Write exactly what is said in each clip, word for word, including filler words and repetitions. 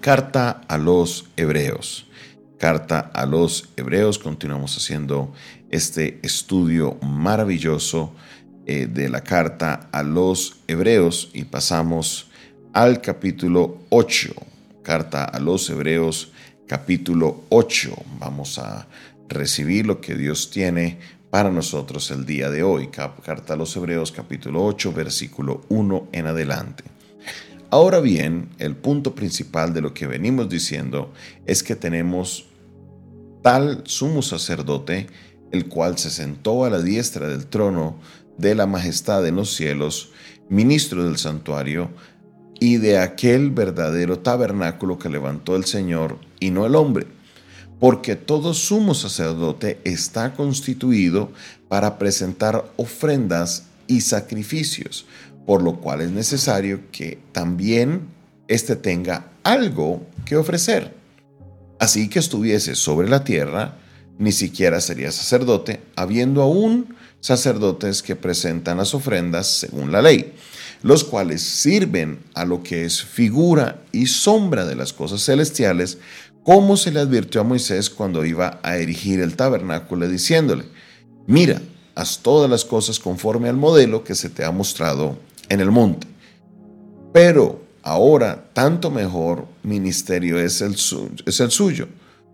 Carta a los Hebreos. Carta a los Hebreos. Continuamos haciendo este estudio maravilloso eh, de la carta a los Hebreos y pasamos al capítulo ocho. Carta a los Hebreos, capítulo ocho. Vamos a recibir lo que Dios tiene para nosotros el día de hoy. Carta a los Hebreos, capítulo ocho, versículo uno en adelante. Ahora bien, el punto principal de lo que venimos diciendo es que tenemos tal sumo sacerdote, el cual se sentó a la diestra del trono de la majestad en los cielos, ministro del santuario y de aquel verdadero tabernáculo que levantó el Señor y no el hombre. Porque todo sumo sacerdote está constituido para presentar ofrendas y sacrificios, por lo cual es necesario que también éste tenga algo que ofrecer. Así que estuviese sobre la tierra, ni siquiera sería sacerdote, habiendo aún sacerdotes que presentan las ofrendas según la ley, los cuales sirven a lo que es figura y sombra de las cosas celestiales, como se le advirtió a Moisés cuando iba a erigir el tabernáculo, diciéndole: mira, haz todas las cosas conforme al modelo que se te ha mostrado en el monte. Pero ahora tanto mejor ministerio es el, su- es el suyo,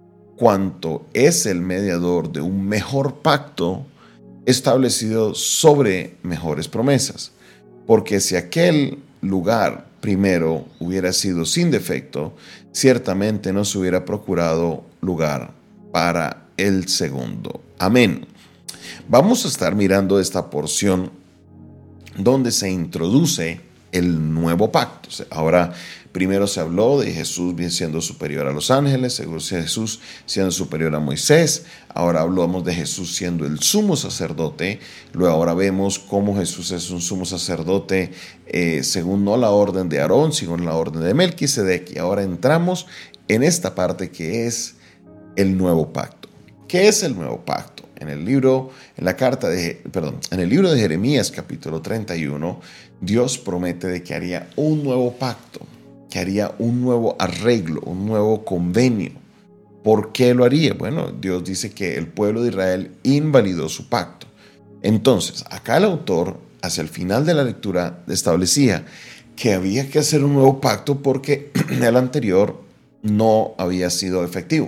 cuanto es el mediador de un mejor pacto establecido sobre mejores promesas. Porque si aquel lugar primero hubiera sido sin defecto, ciertamente no se hubiera procurado lugar para el segundo. Amén. Vamos a estar mirando esta porción donde se introduce el nuevo pacto. Ahora, primero se habló de Jesús siendo superior a los ángeles, Jesús siendo superior a Moisés. Ahora hablamos de Jesús siendo el sumo sacerdote. Luego ahora vemos cómo Jesús es un sumo sacerdote eh, según no la orden de Aarón, sino la orden de Melquisedec. Y ahora entramos en esta parte que es el nuevo pacto. ¿Qué es el nuevo pacto? En el libro, en la carta de, perdón, en el libro de Jeremías, capítulo treinta y uno, Dios promete de que haría un nuevo pacto, que haría un nuevo arreglo, un nuevo convenio. ¿Por qué lo haría? Bueno, Dios dice que el pueblo de Israel invalidó su pacto. Entonces, acá el autor, hacia el final de la lectura, establecía que había que hacer un nuevo pacto porque el anterior no había sido efectivo,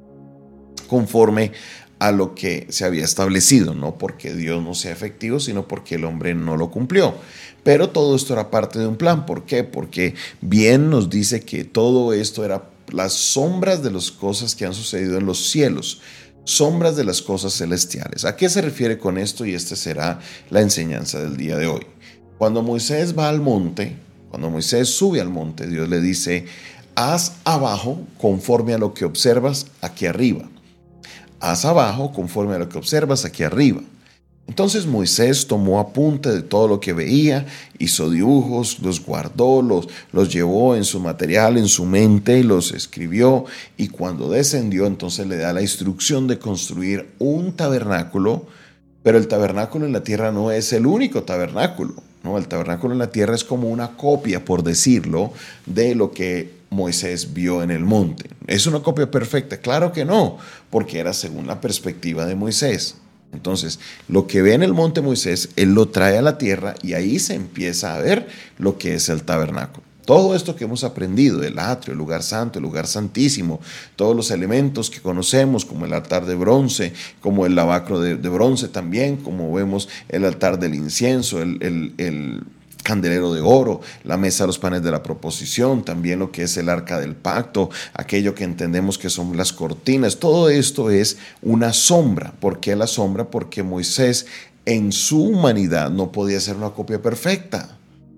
conforme a lo que se había establecido, no porque Dios no sea efectivo, sino porque el hombre no lo cumplió. Pero todo esto era parte de un plan. ¿Por qué? Porque bien nos dice que todo esto era las sombras de las cosas que han sucedido en los cielos, sombras de las cosas celestiales. ¿A qué se refiere con esto? Y esta será la enseñanza del día de hoy. Cuando Moisés va al monte, cuando Moisés sube al monte, Dios le dice: haz abajo conforme a lo que observas aquí arriba. Haz abajo conforme a lo que observas aquí arriba. Entonces Moisés tomó apunte de todo lo que veía, hizo dibujos, los guardó, los, los llevó en su material, en su mente, los escribió, y cuando descendió entonces le da la instrucción de construir un tabernáculo. Pero el tabernáculo en la tierra no es el único tabernáculo, ¿no? El tabernáculo en la tierra es como una copia, por decirlo, de lo que Moisés vio en el monte. ¿Es una copia perfecta? Claro que no, porque era según la perspectiva de Moisés. Entonces, lo que ve en el monte Moisés, él lo trae a la tierra y ahí se empieza a ver lo que es el tabernáculo. Todo esto que hemos aprendido, el atrio, el lugar santo, el lugar santísimo, todos los elementos que conocemos, como el altar de bronce, como el lavacro de, de bronce también, como vemos el altar del incienso, el, el, el candelero de oro, la mesa de los panes de la proposición, también lo que es el arca del pacto, aquello que entendemos que son las cortinas. Todo esto es una sombra. ¿Por qué la sombra? Porque Moisés en su humanidad no podía ser una copia perfecta.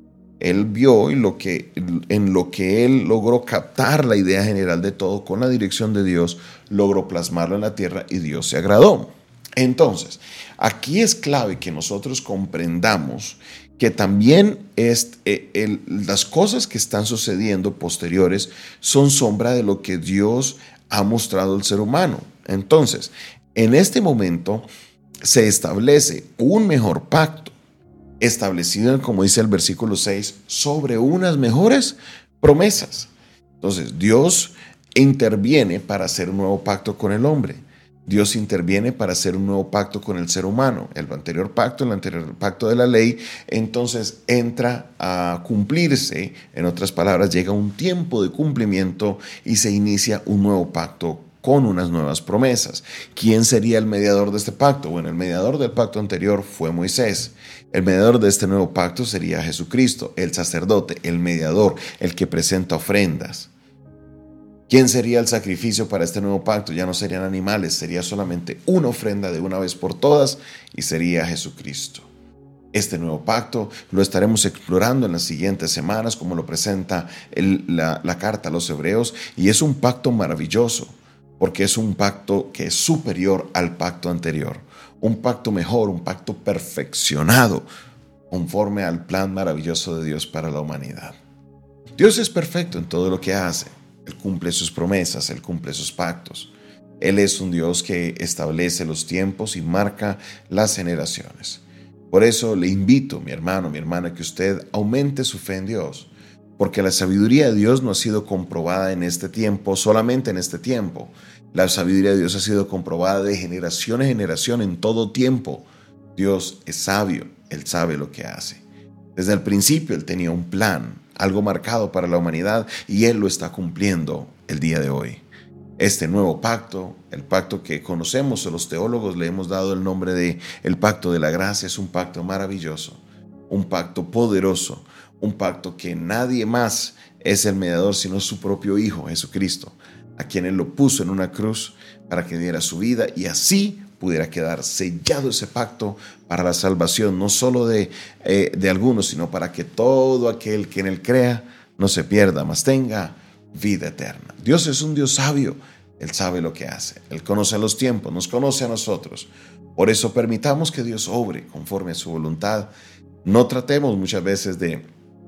Él vio en lo, que, en lo que él logró captar la idea general de todo con la dirección de Dios, logró plasmarlo en la tierra y Dios se agradó. Entonces, aquí es clave que nosotros comprendamos que también es, eh, el, las cosas que están sucediendo posteriores son sombra de lo que Dios ha mostrado al ser humano. Entonces, en este momento se establece un mejor pacto, establecido, como dice el versículo seis, sobre unas mejores promesas. Entonces, Dios interviene para hacer un nuevo pacto con el hombre. Dios interviene para hacer un nuevo pacto con el ser humano. El anterior pacto, el anterior pacto de la ley, entonces entra a cumplirse. En otras palabras, llega un tiempo de cumplimiento y se inicia un nuevo pacto con unas nuevas promesas. ¿Quién sería el mediador de este pacto? Bueno, el mediador del pacto anterior fue Moisés. El mediador de este nuevo pacto sería Jesucristo, el sacerdote, el mediador, el que presenta ofrendas. ¿Quién sería el sacrificio para este nuevo pacto? Ya no serían animales, sería solamente una ofrenda de una vez por todas y sería Jesucristo. Este nuevo pacto lo estaremos explorando en las siguientes semanas, como lo presenta el, la, la carta a los Hebreos, y es un pacto maravilloso, porque es un pacto que es superior al pacto anterior, un pacto mejor, un pacto perfeccionado, conforme al plan maravilloso de Dios para la humanidad. Dios es perfecto en todo lo que hace. Él cumple sus promesas, Él cumple sus pactos. Él es un Dios que establece los tiempos y marca las generaciones. Por eso le invito, mi hermano, mi hermana, que usted aumente su fe en Dios, porque la sabiduría de Dios no ha sido comprobada en este tiempo, solamente en este tiempo. La sabiduría de Dios ha sido comprobada de generación en generación, en todo tiempo. Dios es sabio, Él sabe lo que hace. Desde el principio Él tenía un plan, algo marcado para la humanidad, y Él lo está cumpliendo el día de hoy. Este nuevo pacto, el pacto que conocemos, o los teólogos le hemos dado el nombre de el pacto de la gracia, es un pacto maravilloso, un pacto poderoso, un pacto que nadie más es el mediador sino su propio Hijo Jesucristo, a quien Él lo puso en una cruz para que diera su vida y así pudiera quedar sellado ese pacto para la salvación, no solo de, eh, de algunos, sino para que todo aquel que en Él crea no se pierda, mas tenga vida eterna. Dios es un Dios sabio, Él sabe lo que hace, Él conoce los tiempos, nos conoce a nosotros. Por eso permitamos que Dios obre conforme a su voluntad. No tratemos muchas veces de,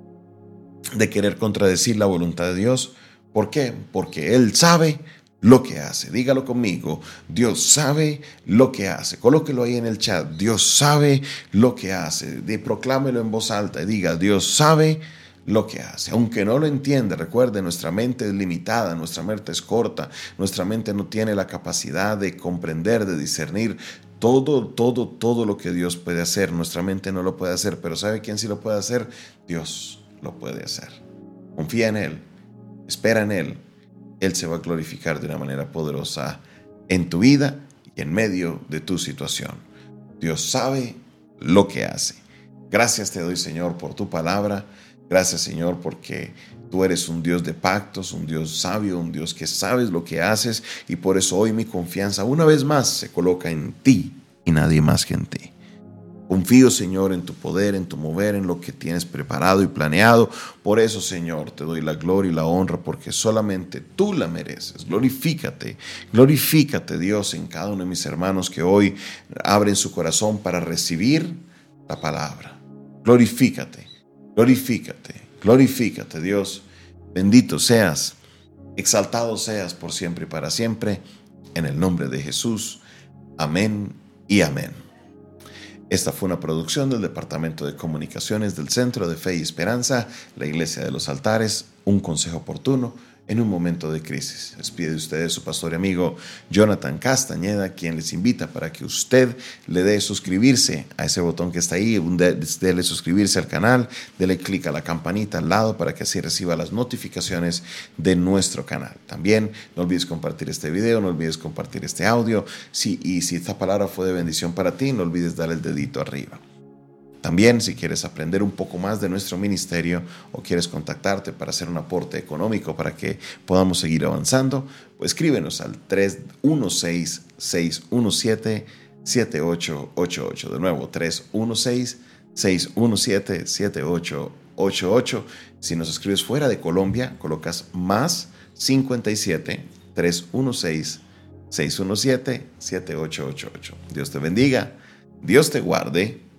de querer contradecir la voluntad de Dios. ¿Por qué? Porque Él sabe lo que hace. Dígalo conmigo. Dios sabe lo que hace. Colóquelo ahí en el chat. Dios sabe lo que hace. De, proclámelo en voz alta y diga: Dios sabe lo que hace. Aunque no lo entienda, recuerde, nuestra mente es limitada, nuestra mente es corta, nuestra mente no tiene la capacidad de comprender, de discernir todo, todo, todo lo que Dios puede hacer. Nuestra mente no lo puede hacer, pero ¿sabe quién sí lo puede hacer? Dios lo puede hacer. Confía en Él, espera en Él. Él se va a glorificar de una manera poderosa en tu vida y en medio de tu situación. Dios sabe lo que hace. Gracias te doy, Señor, por tu palabra. Gracias, Señor, porque tú eres un Dios de pactos, un Dios sabio, un Dios que sabes lo que haces, y por eso hoy mi confianza una vez más se coloca en ti y nadie más que en ti. Confío, Señor, en tu poder, en tu mover, en lo que tienes preparado y planeado. Por eso, Señor, te doy la gloria y la honra, porque solamente tú la mereces. Glorifícate, glorifícate, Dios, en cada uno de mis hermanos que hoy abren su corazón para recibir la palabra. Glorifícate, glorifícate, glorifícate, Dios. Bendito seas, exaltado seas por siempre y para siempre, en el nombre de Jesús. Amén y amén. Esta fue una producción del Departamento de Comunicaciones del Centro de Fe y Esperanza, la Iglesia de los Altares, un consejo oportuno en un momento de crisis. Despide de ustedes su pastor y amigo Jonathan Castañeda, quien les invita para que usted le dé suscribirse a ese botón que está ahí, déle suscribirse al canal, dele clic a la campanita al lado para que así reciba las notificaciones de nuestro canal. También no olvides compartir este video, no olvides compartir este audio, sí, y si esta palabra fue de bendición para ti, no olvides darle el dedito arriba. También, si quieres aprender un poco más de nuestro ministerio o quieres contactarte para hacer un aporte económico para que podamos seguir avanzando, pues escríbenos al tres uno seis, seis uno siete, siete ocho ocho ocho. De nuevo, tres uno seis, seis uno siete, siete ocho ocho ocho. Si nos escribes fuera de Colombia, colocas más cincuenta y siete, tres uno seis, seis uno siete, siete ocho ocho ocho. Dios te bendiga, Dios te guarde.